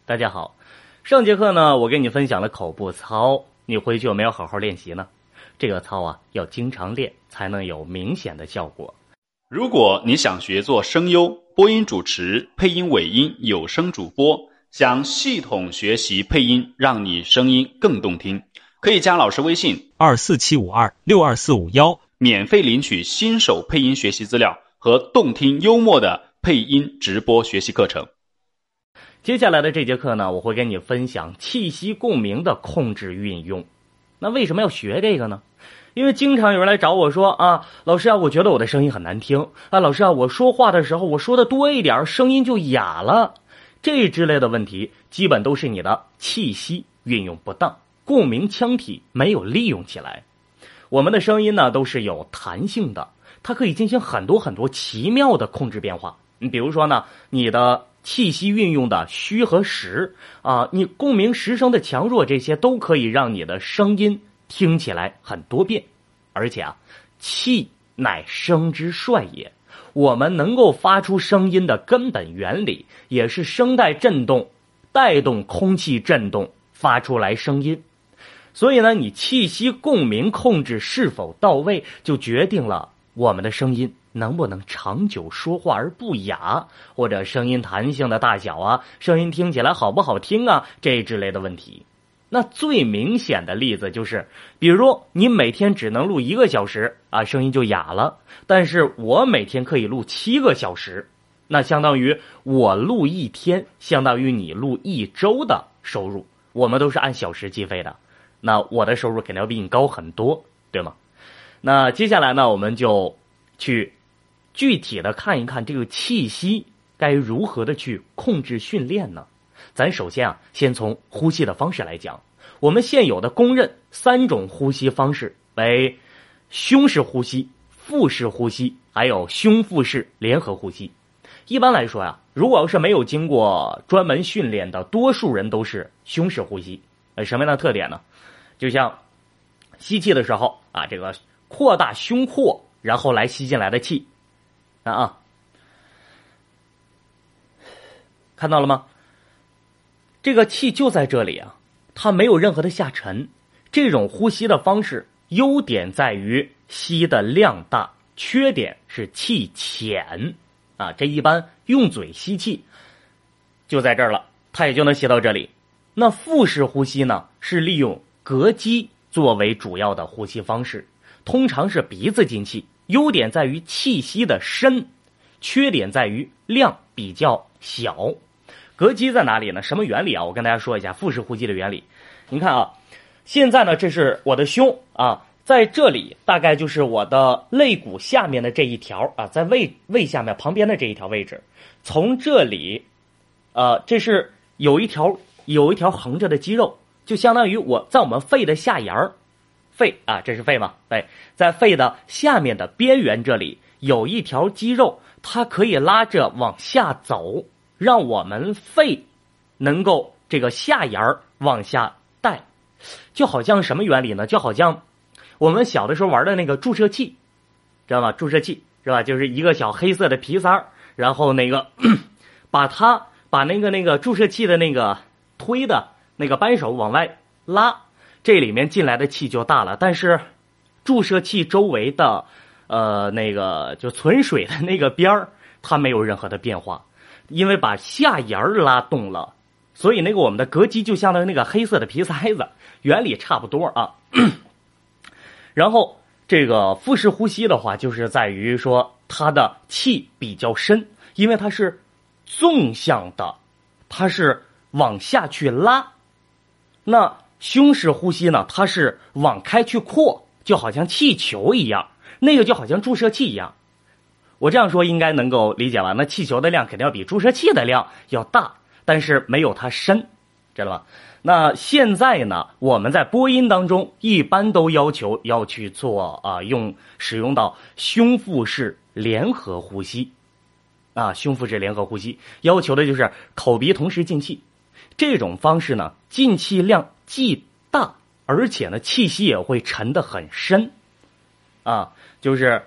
大家好，上节课呢，我给你分享了口部操，你回去有没有好好练习呢？这个操啊，要经常练才能有明显的效果。 如果你想学做声优、播音主持、配音尾音有声主播，想系统学习配音，让你声音更动听，可以加老师微信 24752-62451， 免费领取新手配音学习资料和动听幽默的配音直播学习课程。 接下来的这节课呢，我会跟你分享气息共鸣的控制运用。那为什么要学这个呢？因为经常有人来找我说啊，老师啊，我觉得我的声音很难听啊，老师啊，我说话的时候我说的多一点，声音就哑了。这之类的问题基本都是你的气息运用不当，共鸣腔体没有利用起来。我们的声音呢都是有弹性的，它可以进行很多奇妙的控制变化。比如说呢，你的气息运用的虚和实啊，你共鸣实声的强弱，这些都可以让你的声音听起来很多变。而且啊，气乃声之帅也，我们能够发出声音的根本原理，也是声带振动带动空气振动发出来声音。所以呢，你气息共鸣控制是否到位，就决定了我们的声音能不能长久说话而不哑，或者声音弹性的大小啊，声音听起来好不好听啊，这之类的问题。那最明显的例子就是，比如你每天只能录1个小时啊，声音就哑了，但是我每天可以录7个小时，那相当于我录1天相当于你录1周的收入，我们都是按小时计费的，那我的收入肯定要比你高很多，对吗？那接下来呢，我们就去具体的看一看这个气息该如何的去控制训练呢？咱首先啊，先从呼吸的方式来讲，我们现有的公认3种呼吸方式为胸式呼吸、腹式呼吸，还有胸腹式联合呼吸。一般来说呀，如果要是没有经过专门训练的，多数人都是胸式呼吸。什么样的特点呢？就像吸气的时候啊，这个扩大胸廓，然后来吸进来的气看到了吗？这个气就在这里啊，它没有任何的下沉。这种呼吸的方式优点在于吸的量大，缺点是气浅啊。这一般用嘴吸气就在这儿了，它也就能吸到这里。那腹式呼吸呢，是利用膈肌作为主要的呼吸方式，通常是鼻子进气，优点在于气息的深，缺点在于量比较小。膈肌在哪里呢？什么原理啊？我跟大家说一下腹式呼吸的原理。你看啊，现在呢，这是我的胸啊，在这里大概就是我的肋骨下面的这一条啊，在胃下面旁边的这一条位置，从这里这是有一条横着的肌肉，就相当于我在我们肺的下沿儿，肺啊，这是肺嘛？对，在肺的下面的边缘这里有一条肌肉，它可以拉着往下走，让我们肺能够这个下沿儿往下带。就好像什么原理呢？就好像我们小的时候玩的那个注射器，知道吗？注射器是吧？就是一个小黑色的皮塞儿，然后那个把那个注射器的那个推的那个扳手往外拉，这里面进来的气就大了。但是注射器周围的那个就存水的那个边儿，它没有任何的变化，因为把下沿儿拉动了，所以那个我们的膈肌就相当于那个黑色的皮塞子，原理差不多啊。然后这个腹式呼吸的话，就是在于说它的气比较深，因为它是纵向的，它是往下去拉。那胸式呼吸呢，它是往开去扩，就好像气球一样，那个就好像注射器一样。我这样说应该能够理解吧？那气球的量肯定要比注射器的量要大，但是没有它深，知道吧？那现在呢，我们在播音当中一般都要求要去做使用到胸腹式联合呼吸啊，胸腹式联合呼吸要求的就是口鼻同时进气。这种方式呢，进气量既大，而且呢气息也会沉得很深啊，就是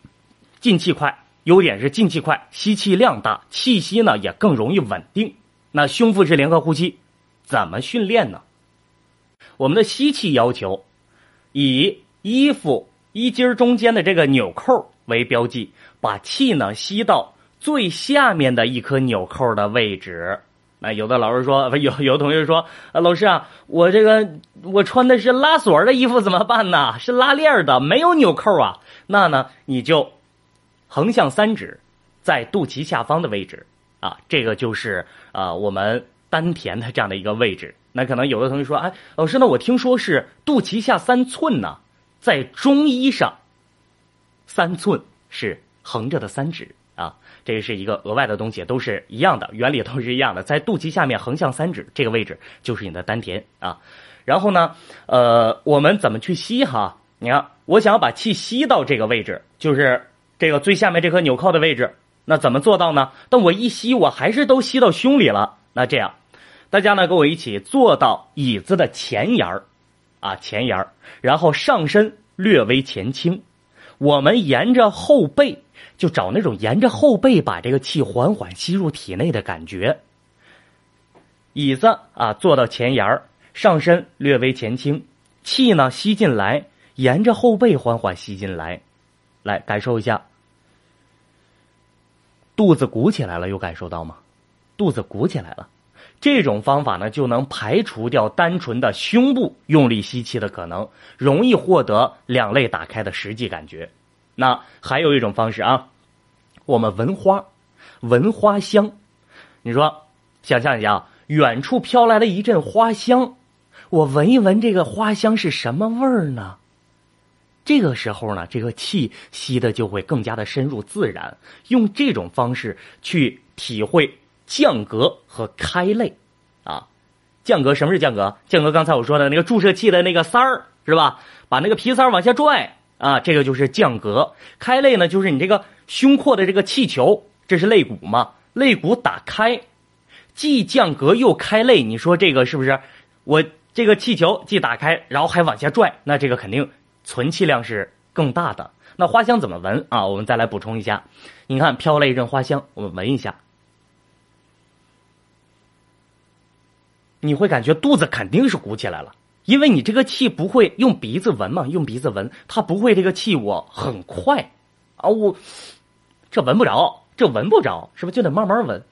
进气快，优点是进气快，吸气量大，气息呢也更容易稳定那胸腹式联合呼吸怎么训练呢？我们的吸气要求以衣服衣襟中间的这个纽扣为标记，把气呢吸到最下面的一颗纽扣的位置。那有的老师说，有同学说，老师啊，我穿的是拉锁的衣服怎么办呢？是拉链的，没有纽扣啊。那呢，你就横向3指，在肚脐下方的位置啊，这个就是我们丹田的这样的一个位置。那可能有的同学说，哎，老师呢，我听说是肚脐下3寸呢，在中医上，3寸是横着的3指。这个是一个额外的东西，都是一样的，原理都是一样的。在肚脐下面横向3指这个位置就是你的丹田啊。然后呢，我们怎么去吸哈？你看，我想要把气吸到这个位置，就是这个最下面这颗纽扣的位置。那怎么做到呢？但我一吸，我还是都吸到胸里了。那这样，大家呢跟我一起坐到椅子的前沿儿，前沿儿，然后上身略微前倾，我们沿着后背。就找那种沿着后背把这个气缓缓吸入体内的感觉。椅子坐到前沿，上身略微前倾，气呢吸进来，沿着后背缓缓吸进来，来感受一下。肚子鼓起来了，有感受到吗？肚子鼓起来了。这种方法呢，就能排除掉单纯的胸部用力吸气的可能，容易获得两肋打开的实际感觉。那还有一种方式我们闻花香。你说想象一下，远处飘来了一阵花香，我闻一闻这个花香是什么味儿呢？这个时候呢，这个气吸的就会更加的深入自然，用这种方式去体会降膈和开肋降膈，什么是降膈？降膈刚才我说的那个注射器的那个塞儿是吧？把那个皮塞往下拽这个就是降膈。开肋呢，就是你这个胸廓的这个气球，这是肋骨嘛，肋骨打开，既降膈又开肋，你说这个是不是？我这个气球既打开，然后还往下拽，那这个肯定存气量是更大的。那花香怎么闻我们再来补充一下。你看飘了一阵花香，我们闻一下，你会感觉肚子肯定是鼓起来了。因为你这个气不会用鼻子闻嘛，用鼻子闻，它不会这个气我很快我这闻不着，是不是就得慢慢闻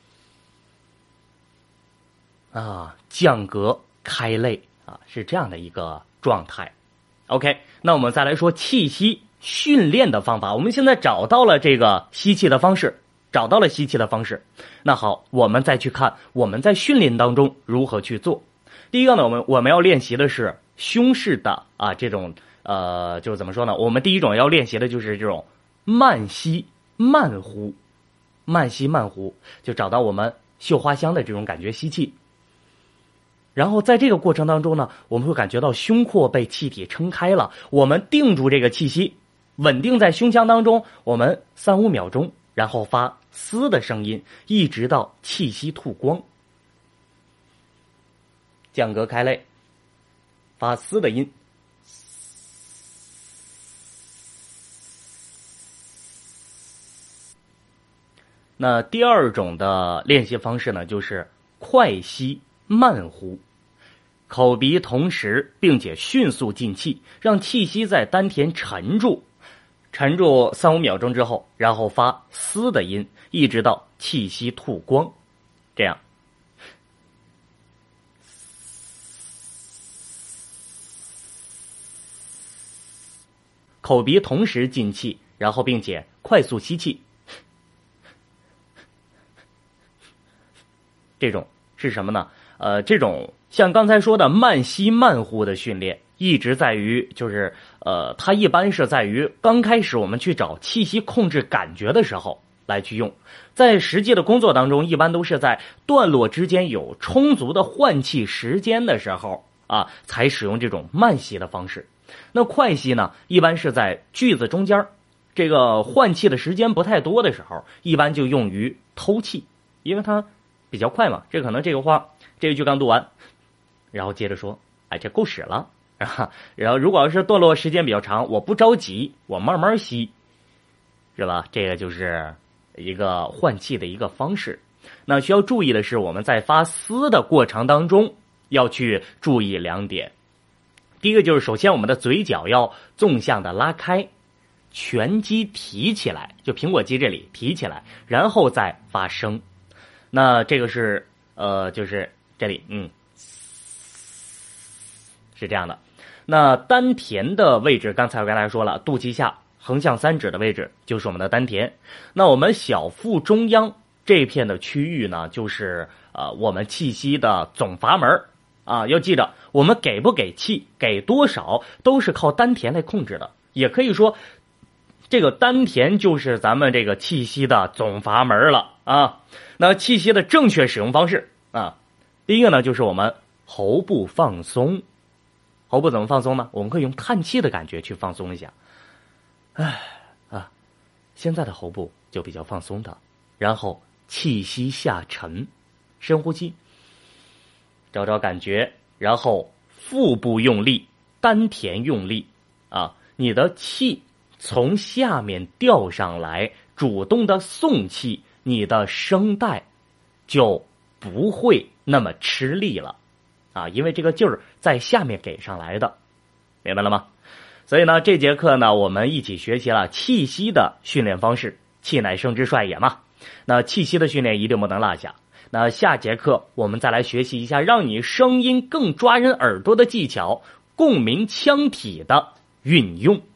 降膈开肋是这样的一个状态。OK， 那我们再来说气息训练的方法。我们现在找到了这个吸气的方式，那好，我们再去看我们在训练当中如何去做。第一个呢，我们要练习的是胸式的这种就是怎么说呢？我们第一种要练习的就是这种慢吸慢呼，就找到我们嗅花香的这种感觉吸气。然后在这个过程当中呢，我们会感觉到胸廓被气体撑开了，我们定住这个气息，稳定在胸腔当中，我们3-5秒钟，然后发嘶的声音，一直到气息吐光。降膈开肋，发嘶的音。那第二种的练习方式呢，就是快吸慢呼，口鼻同时，并且迅速进气，让气息在丹田沉住3-5秒钟之后，然后发嘶的音，一直到气息吐光。这样口鼻同时进气，然后并且快速吸气。这种是什么呢？这种像刚才说的慢吸慢呼的训练，一直在于就是它一般是在于刚开始我们去找气息控制感觉的时候来去用，在实际的工作当中，一般都是在段落之间有充足的换气时间的时候才使用这种慢吸的方式。那快吸呢，一般是在句子中间，这个换气的时间不太多的时候，一般就用于偷气，因为它比较快嘛。这可能这个话这一句刚读完，然后接着说，这够使了然后如果要是段落时间比较长，我不着急，我慢慢吸，是吧？这个就是一个换气的一个方式。 那需要注意的是，我们在发嘶的过程当中要去注意2点。第一个就是首先我们的嘴角要纵向的拉开，全肌提起来，就苹果肌这里提起来，然后再发声。那这个是就是这里是这样的。那丹田的位置刚才我跟大家说了，肚脐下横向3指的位置就是我们的丹田。那我们小腹中央这片的区域呢，就是我们气息的总阀门啊。要记着，我们给不给气，给多少都是靠丹田来控制的。也可以说这个丹田就是咱们这个气息的总阀门了啊。那气息的正确使用方式啊，第一个呢就是我们喉部放松。喉部怎么放松呢？我们可以用叹气的感觉去放松一下。现在的喉部就比较放松的，然后气息下沉，深呼吸，找找感觉，然后腹部用力，丹田用力啊，你的气从下面调上来，主动的送气，你的声带就不会那么吃力了啊，因为这个劲儿在下面给上来的，明白了吗？所以呢，这节课呢，我们一起学习了气息的训练方式，气乃生之帅也嘛。那气息的训练一定不能落下。那下节课我们再来学习一下，让你声音更抓人耳朵的技巧——共鸣腔体的运用。